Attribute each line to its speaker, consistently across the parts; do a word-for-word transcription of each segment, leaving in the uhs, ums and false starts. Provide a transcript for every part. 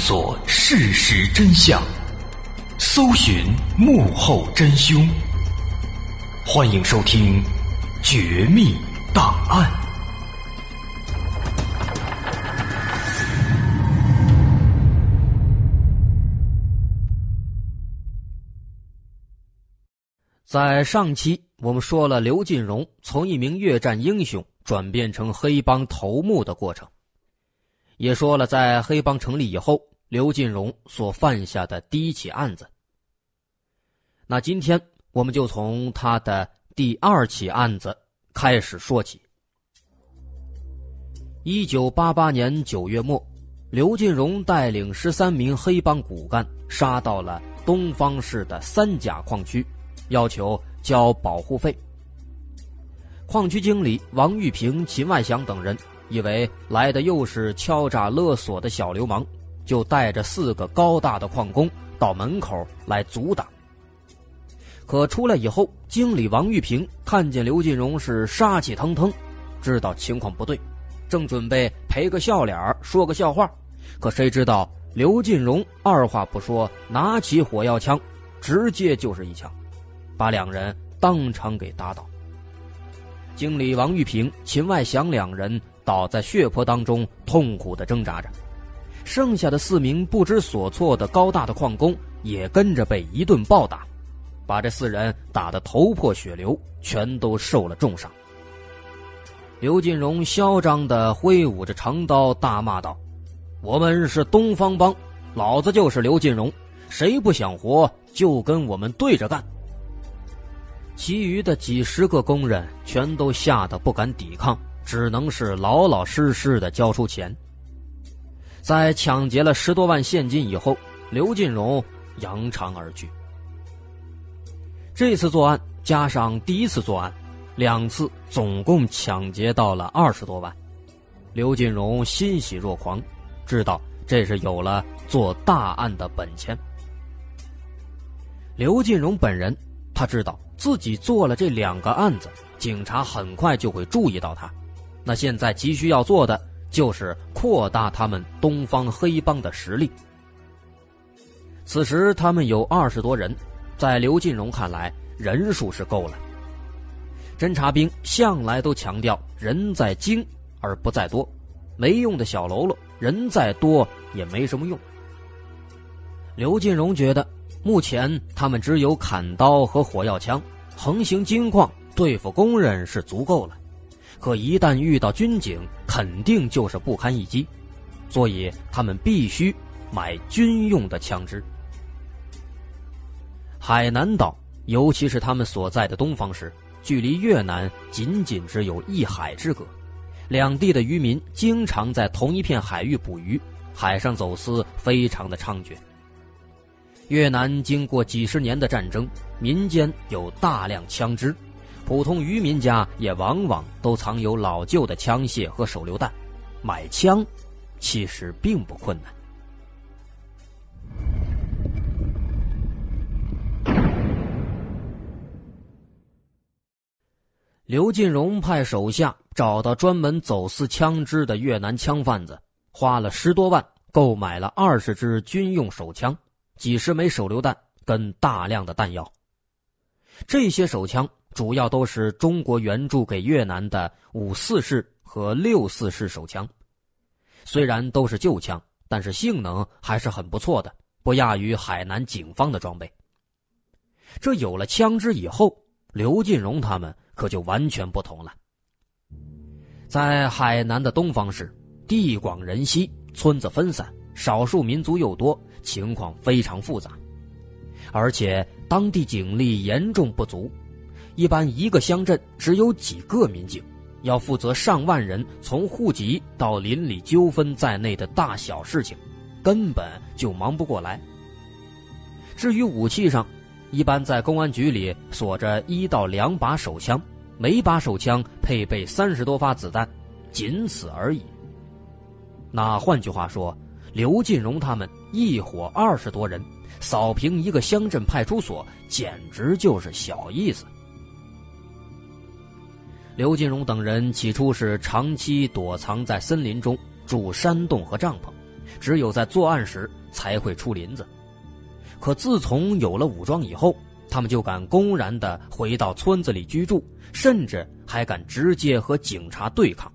Speaker 1: 索事实真相，搜寻幕后真凶。欢迎收听《绝密档案》。
Speaker 2: 在上期我们说了刘进荣从一名越战英雄转变成黑帮头目的过程，也说了在黑帮成立以后刘进荣所犯下的第一起案子。那今天我们就从他的第二起案子开始说起。一九八八年九月末，刘进荣带领十三名黑帮骨干杀到了东方市的三甲矿区，要求交保护费。矿区经理王玉平、秦外祥等人以为来的又是敲诈勒索的小流氓，就带着四个高大的矿工到门口来阻挡。可出来以后，经理王玉平看见刘进荣是杀气腾腾，知道情况不对，正准备赔个笑脸说个笑话，可谁知道刘进荣二话不说，拿起火药枪直接就是一枪，把两人当场给打倒。经理王玉平、秦外祥两人倒在血泊当中，痛苦地挣扎着。剩下的四名不知所措的高大的矿工也跟着被一顿暴打，把这四人打得头破血流，全都受了重伤。刘进荣嚣张地挥舞着长刀，大骂道：“我们是东方帮，老子就是刘进荣，谁不想活就跟我们对着干。”其余的几十个工人全都吓得不敢抵抗，只能是老老实实地交出钱。在抢劫了十多万现金以后，刘进荣扬长而去。这次作案加上第一次作案，两次总共抢劫到了二十多万。刘进荣欣喜若狂，知道这是有了做大案的本钱。刘进荣本人他知道自己做了这两个案子，警察很快就会注意到他。那现在急需要做的就是扩大他们东方黑帮的实力。此时他们有二十多人，在刘进荣看来人数是够了。侦察兵向来都强调人在精而不在多，没用的小喽啰人再多也没什么用。刘进荣觉得目前他们只有砍刀和火药枪，横行金矿对付工人是足够了，可一旦遇到军警肯定就是不堪一击，所以他们必须买军用的枪支。海南岛，尤其是他们所在的东方市，距离越南仅仅只有一海之隔，两地的渔民经常在同一片海域捕鱼，海上走私非常的猖獗。越南经过几十年的战争，民间有大量枪支，普通渔民家也往往都藏有老旧的枪械和手榴弹，买枪其实并不困难。刘进荣派手下找到专门走私枪支的越南枪贩子，花了十多万购买了二十支军用手枪，几十枚手榴弹跟大量的弹药。这些手枪主要都是中国援助给越南的五四式和六四式手枪，虽然都是旧枪，但是性能还是很不错的，不亚于海南警方的装备。这有了枪支以后，刘进荣他们可就完全不同了。在海南的东方市，地广人稀，村子分散，少数民族又多，情况非常复杂，而且当地警力严重不足，一般一个乡镇只有几个民警，要负责上万人从户籍到邻里纠纷在内的大小事情，根本就忙不过来。至于武器上，一般在公安局里锁着一到两把手枪，每把手枪配备三十多发子弹，仅此而已。那换句话说，刘进荣他们一伙二十多人扫平一个乡镇派出所，简直就是小意思。刘进荣等人起初是长期躲藏在森林中，住山洞和帐篷， 只有在作案时才会出林子。可自从有了武装以后，他们就敢公然地回到村子里居住，甚至还敢直接和警察对抗。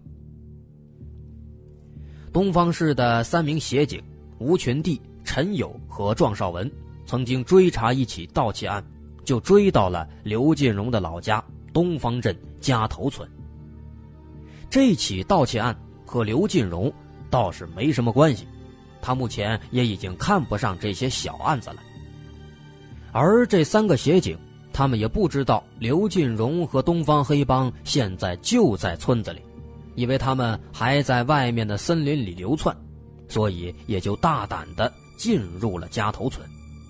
Speaker 2: 东方市的三名协警吴群弟、陈友和庄少文曾经追查一起盗窃案，就追到了刘进荣的老家东方镇夹头村。这起盗窃案和刘进荣倒是没什么关系，他目前也已经看不上这些小案子了。而这三个协警，他们也不知道刘进荣和东方黑帮现在就在村子里，以为他们还在外面的森林里流窜，所以也就大胆地进入了夹头村。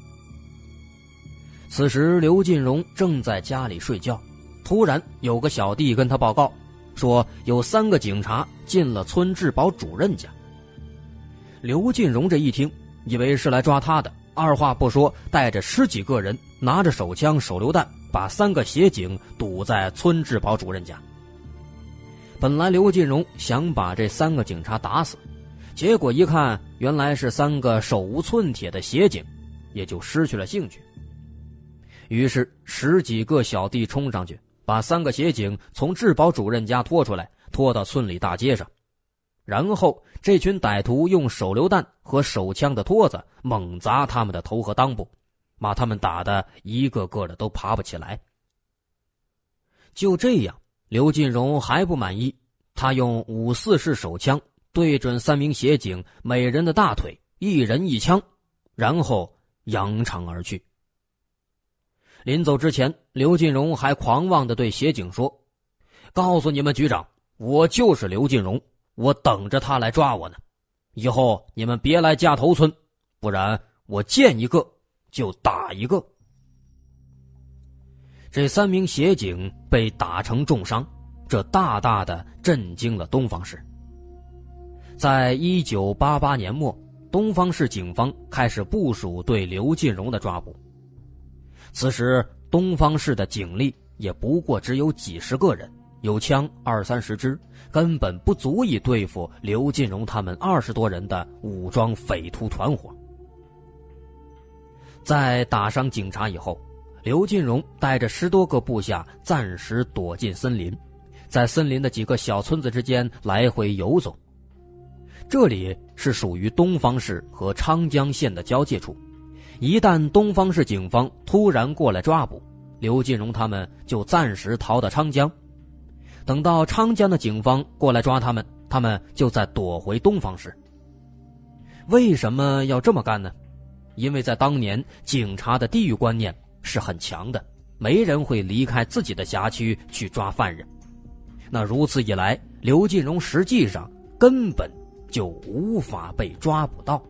Speaker 2: 此时刘进荣正在家里睡觉，突然有个小弟跟他报告说有三个警察进了村治保主任家。刘进荣这一听，以为是来抓他的，二话不说，带着十几个人，拿着手枪手榴弹，把三个协警堵在村治保主任家。本来刘进荣想把这三个警察打死，结果一看原来是三个手无寸铁的协警，也就失去了兴趣。于是十几个小弟冲上去，把三个协警从治保主任家拖出来，拖到村里大街上。然后这群歹徒用手榴弹和手枪的托子猛砸他们的头和裆部，把他们打得一个个的都爬不起来。就这样，刘进荣还不满意，他用五四式手枪对准三名协警每人的大腿，一人一枪，然后扬长而去。临走之前，刘进荣还狂妄地对协警说：告诉你们局长，我就是刘进荣，我等着他来抓我呢，以后你们别来夹头村，不然我见一个就打一个。这三名协警被打成重伤，这大大的震惊了东方市。在一九八八年末，东方市警方开始部署对刘进荣的抓捕。此时东方市的警力也不过只有几十个人，有枪二三十支，根本不足以对付刘进荣他们二十多人的武装匪徒团伙。在打伤警察以后，刘进荣带着十多个部下暂时躲进森林，在森林的几个小村子之间来回游走。这里是属于东方市和昌江县的交界处，一旦东方市警方突然过来抓捕，刘进荣他们就暂时逃到昌江，等到昌江的警方过来抓他们，他们就再躲回东方市。为什么要这么干呢？因为在当年警察的地域观念是很强的，没人会离开自己的辖区去抓犯人。那如此一来，刘进荣实际上根本就无法被抓捕到。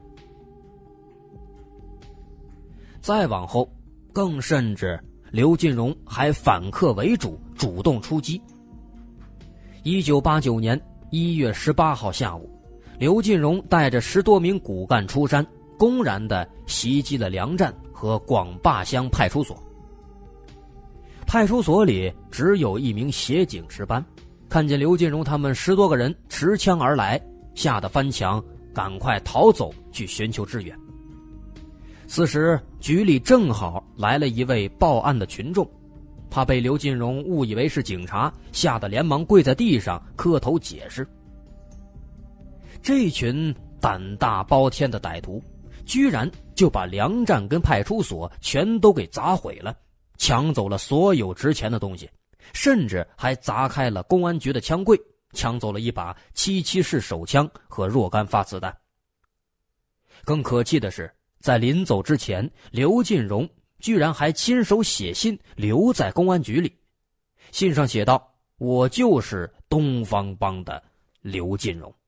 Speaker 2: 再往后，更甚至刘进荣还反客为主，主动出击。一九八九年一月十八号下午，刘进荣带着十多名骨干出山，公然地袭击了粮站和广坝乡派出所。派出所里只有一名协警值班，看见刘进荣他们十多个人持枪而来，吓得翻墙，赶快逃走去寻求支援。此时局里正好来了一位报案的群众，怕被刘进荣误以为是警察，吓得连忙跪在地上磕头解释。这群胆大包天的歹徒居然就把粮站跟派出所全都给砸毁了，抢走了所有值钱的东西，甚至还砸开了公安局的枪柜，抢走了一把七七式手枪和若干发子弹。更可气的是，在临走之前，刘进荣居然还亲手写信留在公安局里，信上写道：我就是东方帮的刘进荣。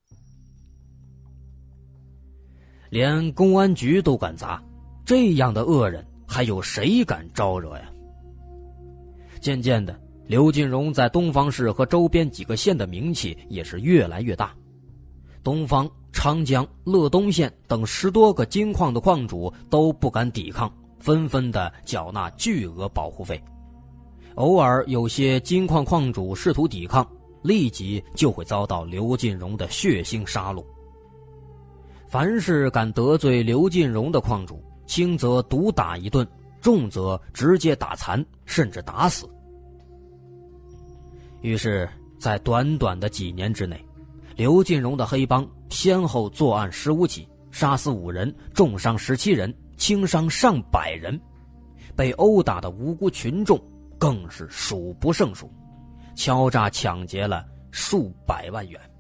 Speaker 2: 连公安局都敢砸，这样的恶人还有谁敢招惹呀？渐渐的，刘进荣在东方市和周边几个县的名气也是越来越大。东方、昌江、乐东县等十多个金矿的矿主都不敢抵抗，纷纷的缴纳巨额保护费。偶尔有些金矿矿主试图抵抗，立即就会遭到刘进荣的血腥杀戮。 凡是敢得罪刘进荣的矿主，轻则毒打一顿，重则直接打残，甚至打死。于是在短短的几年之内，刘进荣的黑帮先后作案十五起，杀死五人，重伤十七人，轻伤上百人，被殴打的无辜群众更是数不胜数，敲诈抢劫了数百万元。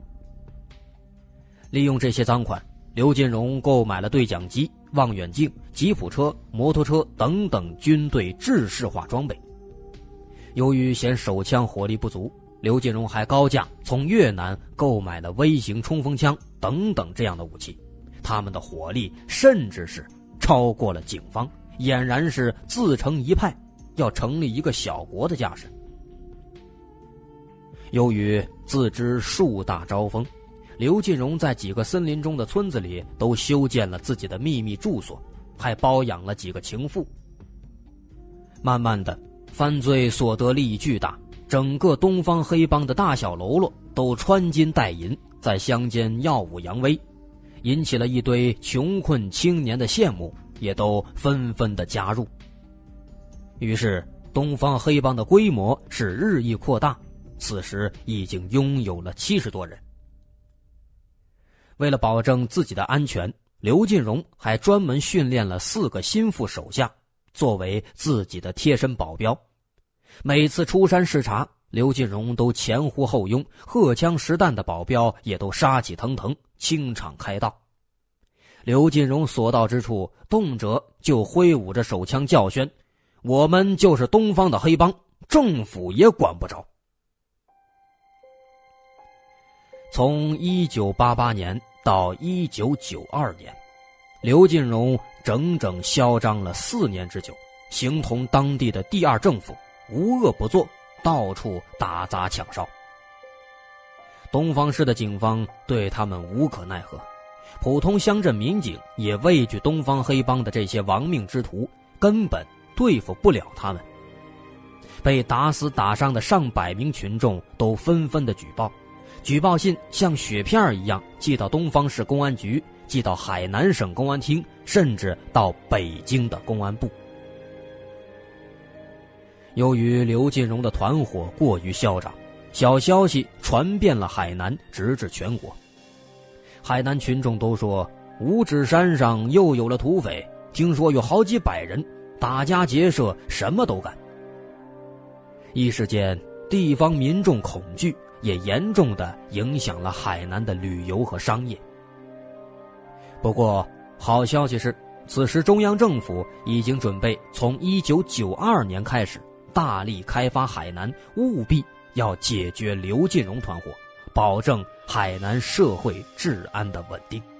Speaker 2: 利用这些赃款，刘进荣购买了对讲机、望远镜、吉普车、摩托车等等军队制式化装备。由于嫌手枪火力不足，刘进荣还高价从越南购买了微型冲锋枪等等这样的武器，他们的火力甚至是超过了警方，俨然是自成一派，要成立一个小国的架势。由于自知树大招风，刘进荣在几个森林中的村子里都修建了自己的秘密住所，还包养了几个情妇。慢慢的，犯罪所得利益巨大，整个东方黑帮的大小喽啰都穿金戴银，在乡间耀武扬威，引起了一堆穷困青年的羡慕，也都纷纷的加入。于是东方黑帮的规模是日益扩大，此时已经拥有了七十多人。为了保证自己的安全，刘进荣还专门训练了四个心腹手下，作为自己的贴身保镖。每次出山视察，刘进荣都前呼后拥，荷枪实弹的保镖也都杀气腾腾，清场开道。刘进荣所到之处，动辄就挥舞着手枪叫宣：我们就是东方的黑帮，政府也管不着。从一九八八年到一九九二年，刘进荣整整嚣张了四年之久，形同当地的第二政府，无恶不作，到处打砸抢烧。东方市的警方对他们无可奈何，普通乡镇民警也畏惧东方黑帮的这些亡命之徒，根本对付不了他们。被打死打伤的上百名群众都纷纷的举报，举报信像雪片一样寄到东方市公安局，寄到海南省公安厅，甚至到北京的公安部。由于刘进荣的团伙过于嚣张，小消息传遍了海南，直至全国。海南群众都说，五指山上又有了土匪，听说有好几百人，打家劫舍，什么都干。一时间，地方民众恐惧，也严重地影响了海南的旅游和商业。不过好消息是，此时中央政府已经准备从一九九二年开始大力开发海南，务必要解决刘进荣团伙，保证海南社会治安的稳定。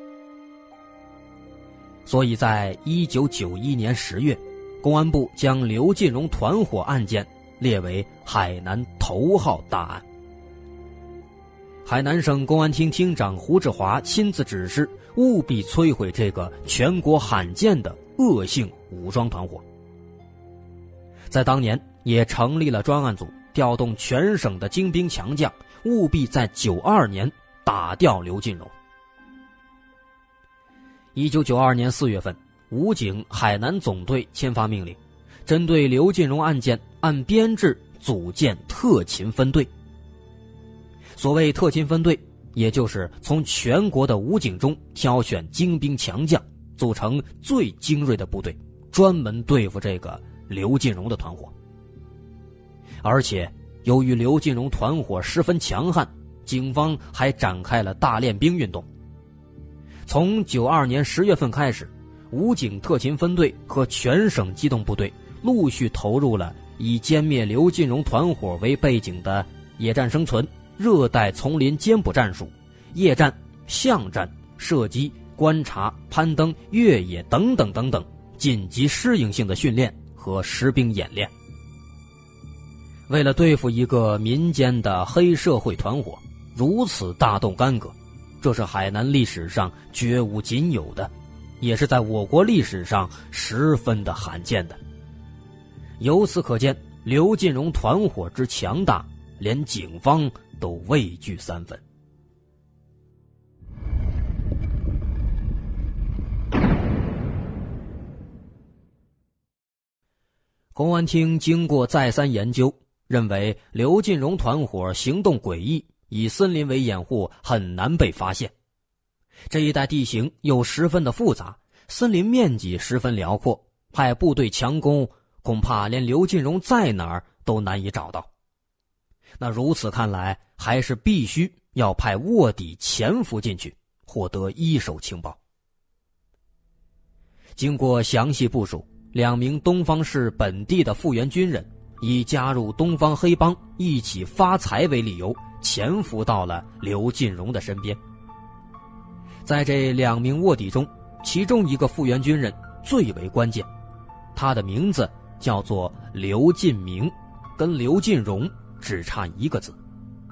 Speaker 2: 所以在一九九一年十月，公安部将刘进荣团伙案件列为海南头号大案。海南省公安厅厅长胡志华亲自指示，务必摧毁这个全国罕见的恶性武装团伙。在当年也成立了专案组，调动全省的精兵强将，务必在九二年打掉刘进荣。一九九二年四月份，武警海南总队签发命令，针对刘进荣案件按编制组建特勤分队。所谓特勤分队，也就是从全国的武警中挑选精兵强将，组成最精锐的部队，专门对付这个刘进荣的团伙。而且由于刘进荣团伙十分强悍，警方还展开了大练兵运动。从九二年十月份开始，武警特勤分队和全省机动部队陆续投入了以歼灭刘进荣团伙为背景的野战生存、热带丛林艰捕战术、夜战、巷战、射击、观察、攀登、越野等等等等紧急适应性的训练和实兵演练。为了对付一个民间的黑社会团伙，如此大动干戈，这是海南历史上绝无仅有的，也是在我国历史上十分的罕见的。由此可见，刘进荣团伙之强大，连警方都畏惧三分。 公安厅经过再三研究，认为刘进荣团伙行动诡异，以森林为掩护，很难被发现。这一带地形又十分的复杂，森林面积十分辽阔，派部队强攻，恐怕连刘进荣在哪儿都难以找到。那如此看来，还是必须要派卧底潜伏进去，获得一手情报。经过详细部署，两名东方市本地的复员军人以加入东方黑帮一起发财为理由，潜伏到了刘进荣的身边。在这两名卧底中，其中一个复员军人最为关键，他的名字叫做刘进明，跟刘进荣只差一个字。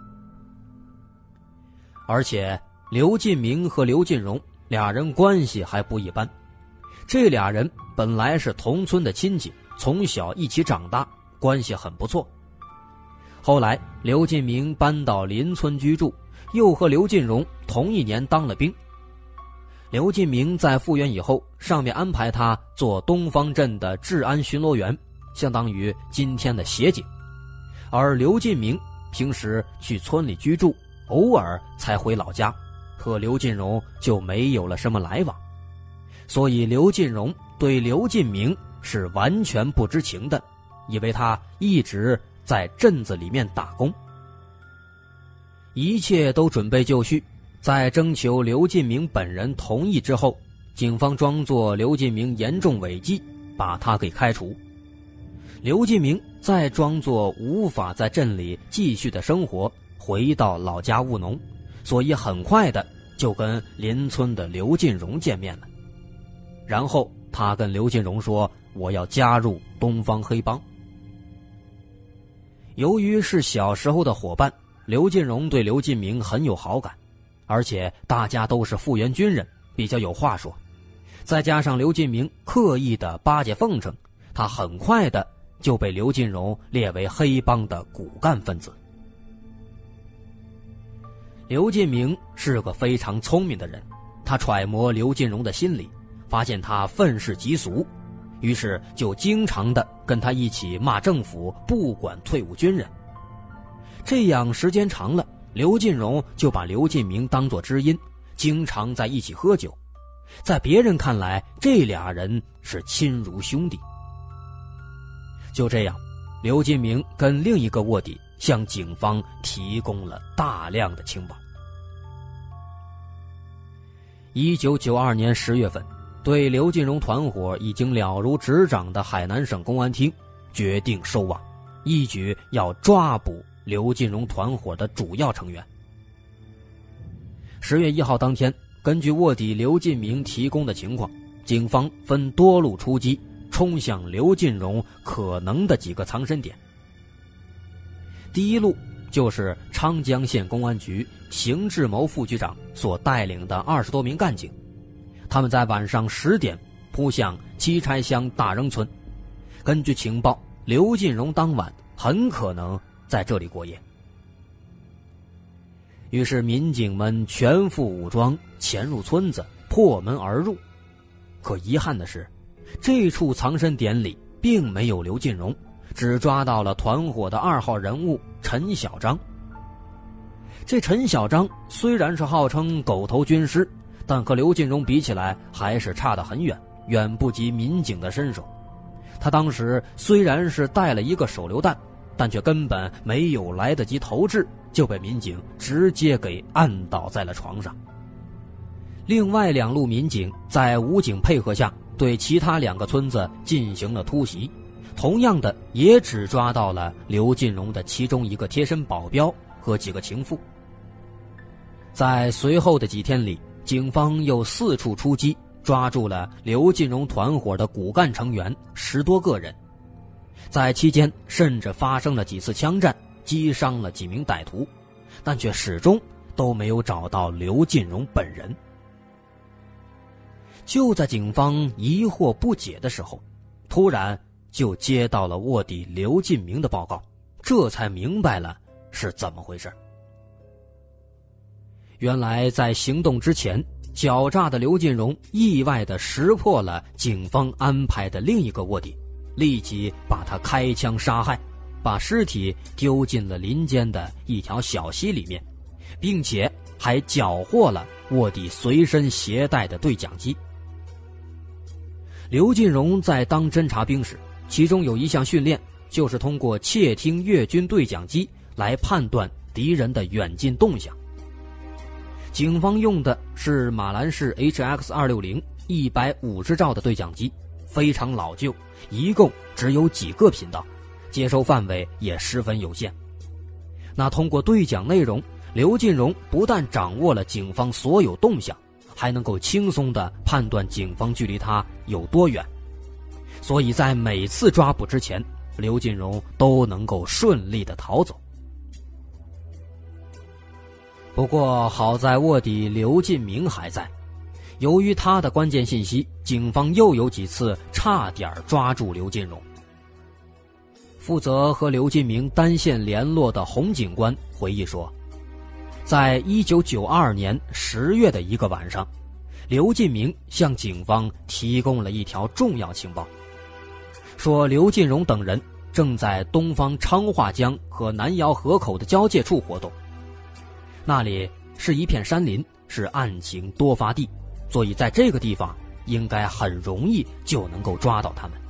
Speaker 2: 而且刘进明和刘进荣俩人关系还不一般，这俩人本来是同村的亲戚，从小一起长大，关系很不错。后来刘进明搬到邻村居住，又和刘进荣同一年当了兵。刘进明在复员以后，上面安排他做东方镇的治安巡逻员，相当于今天的协警。而刘进明平时去村里居住，偶尔才回老家，和刘进荣就没有了什么来往。所以刘进荣对刘进明是完全不知情的，以为他一直在镇子里面打工。一切都准备就绪，在征求刘进明本人同意之后，警方装作刘进明严重违纪，把他给开除。刘进明再装作无法在镇里继续的生活，回到老家务农，所以很快的就跟邻村的刘进荣见面了。然后他跟刘进荣说，我要加入东方黑帮。由于是小时候的伙伴，刘进荣对刘进明很有好感，而且大家都是复员军人，比较有话说。再加上刘进明刻意的巴结奉承，他很快的就被刘进荣列为黑帮的骨干分子。刘进明是个非常聪明的人，他揣摩刘进荣的心理，发现他愤世嫉俗，于是就经常的跟他一起骂政府，不管退伍军人。这样时间长了，刘进荣就把刘进明当作知音，经常在一起喝酒。在别人看来，这俩人是亲如兄弟。就这样，刘进明跟另一个卧底向警方提供了大量的情报。一九九二年十月份，对刘进荣团伙已经了如指掌的海南省公安厅决定收网，一举要抓捕刘进荣团伙的主要成员。十月一号当天，根据卧底刘进明提供的情况，警方分多路出击，冲向刘进荣可能的几个藏身点。第一路就是昌江县公安局邢志谋副局长所带领的二十多名干警，他们在晚上十点扑向七差乡大扔村。根据情报，刘进荣当晚很可能在这里过夜。于是民警们全副武装潜入村子，破门而入。可遗憾的是，这处藏身点里并没有刘进荣，只抓到了团伙的二号人物陈小章。这陈小章虽然是号称狗头军师，但和刘进荣比起来还是差得很远，远不及民警的身手。他当时虽然是带了一个手榴弹，但却根本没有来得及投掷，就被民警直接给按倒在了床上。另外两路民警在武警配合下，对其他两个村子进行了突袭，同样的也只抓到了刘进荣的其中一个贴身保镖和几个情妇。在随后的几天里，警方又四处出击，抓住了刘进荣团伙的骨干成员十多个人。在期间甚至发生了几次枪战，击伤了几名歹徒，但却始终都没有找到刘进荣本人。就在警方疑惑不解的时候，突然就接到了卧底刘进明的报告，这才明白了是怎么回事。原来在行动之前，狡诈的刘进荣意外地识破了警方安排的另一个卧底， 立即把他开枪杀害，把尸体丢进了林间的一条小溪里面，并且还缴获了卧底随身携带的对讲机。刘进荣在当侦察兵时，其中有一项训练就是通过窃听越军对讲机来判断敌人的远近动向。警方用的是马兰式 H X 二六零 一百五十兆的对讲机，非常老旧，一共只有几个频道，接收范围也十分有限。那通过对讲内容，刘进荣不但掌握了警方所有动向，还能够轻松地判断警方距离他有多远。所以在每次抓捕之前，刘进荣都能够顺利地逃走。不过好在卧底刘进明还在，由于他的关键信息，警方又有几次差点抓住刘进荣。负责和刘进明单线联络的洪警官回忆说，在一九九二年十月的一个晚上，刘进明向警方提供了一条重要情报，说刘进荣等人正在东方昌化江和南窑河口的交界处活动，那里是一片山林，是案情多发地，所以在这个地方应该很容易就能够抓到他们。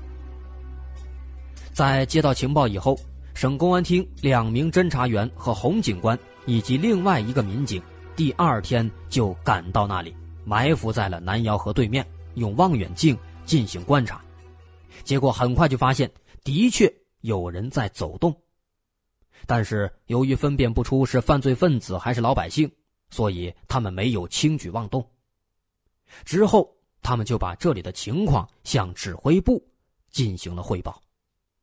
Speaker 2: 在接到情报以后，省公安厅两名侦查员和洪警官以及另外一个民警第二天就赶到那里，埋伏在了南窑河对面，用望远镜进行观察。结果很快就发现的确有人在走动，但是由于分辨不出是犯罪分子还是老百姓，所以他们没有轻举妄动。之后他们就把这里的情况向指挥部进行了汇报。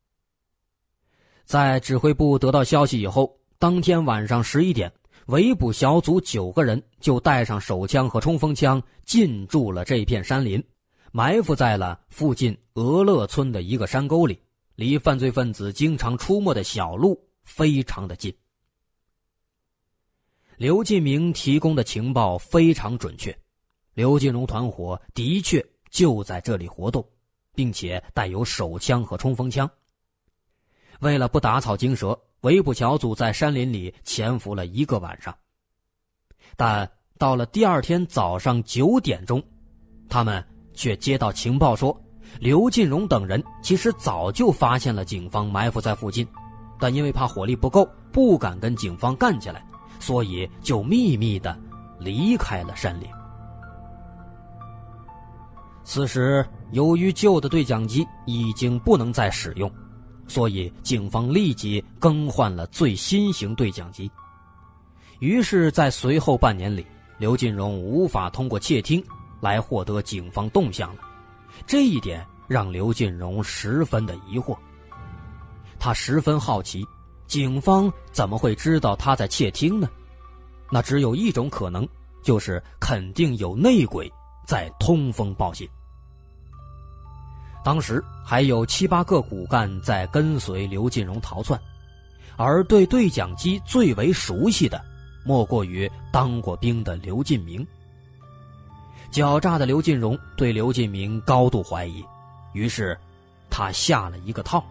Speaker 2: 在指挥部得到消息以后，当天晚上十一点，围捕小组九个人就带上手枪和冲锋枪进驻了这片山林，埋伏在了附近俄勒村的一个山沟里，离犯罪分子经常出没的小路非常的近。刘进明提供的情报非常准确，刘进荣团伙的确就在这里活动，并且带有手枪和冲锋枪。为了不打草惊蛇，围捕小组在山林里潜伏了一个晚上。但到了第二天早上九点钟，他们却接到情报说，刘进荣等人其实早就发现了警方埋伏在附近，但因为怕火力不够，不敢跟警方干起来，所以就秘密地离开了山林。此时由于旧的对讲机已经不能再使用，所以警方立即更换了最新型对讲机。于是在随后半年里，刘进荣无法通过窃听来获得警方动向了。这一点让刘进荣十分的疑惑，他十分好奇，警方怎么会知道他在窃听呢？那只有一种可能，就是肯定有内鬼在通风报信。当时还有七八个骨干在跟随刘进荣逃窜，而对对讲机最为熟悉的莫过于当过兵的刘进明。狡诈的刘进荣对刘进明高度怀疑，于是他下了一个套，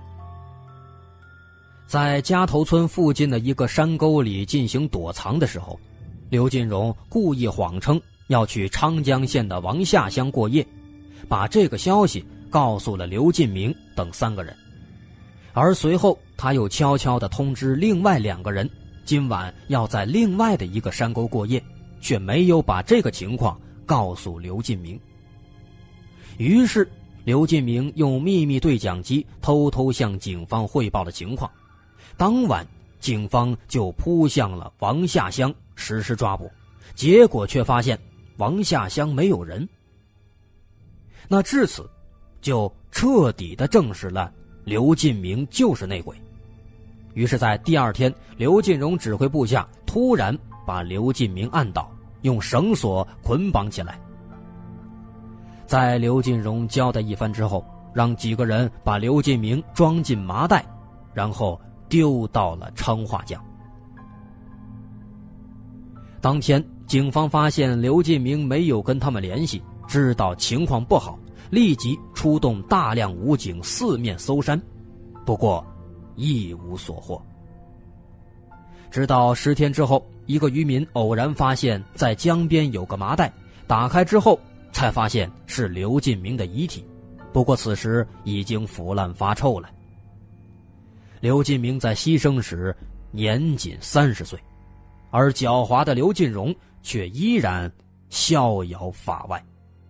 Speaker 2: 在夹头村附近的一个山沟里进行躲藏的时候，刘进荣故意谎称要去昌江县的王下乡过夜，把这个消息告诉了刘进明等三个人。而随后他又悄悄地通知另外两个人，今晚要在另外的一个山沟过夜，却没有把这个情况告诉刘进明。于是刘进明用秘密对讲机偷偷向警方汇报了情况，当晚警方就扑向了王下乡实施抓捕，结果却发现王下乡没有人。那至此就彻底地证实了刘进明就是内鬼。于是在第二天，刘进荣指挥部下突然把刘进明按倒，用绳索捆绑起来。在刘进荣交代一番之后，让几个人把刘进明装进麻袋，然后丢到了昌化江。当天警方发现刘进明没有跟他们联系，知道情况不好， 立即出动大量武警四面搜山，不过一无所获。直到十天之后，一个渔民偶然发现在江边有个麻袋，打开之后才发现是刘进明的遗体，不过此时已经腐烂发臭了。刘进明在牺牲时年仅三十岁，而狡猾的刘进荣却依然逍遥法外。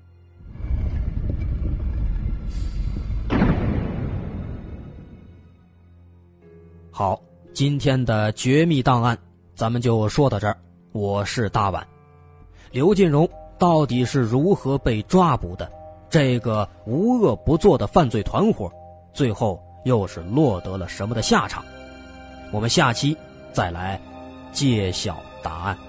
Speaker 2: 好，今天的绝密档案咱们就说到这儿。我是大碗。刘进荣到底是如何被抓捕的？这个无恶不作的犯罪团伙最后又是落得了什么的下场？我们下期再来揭晓答案。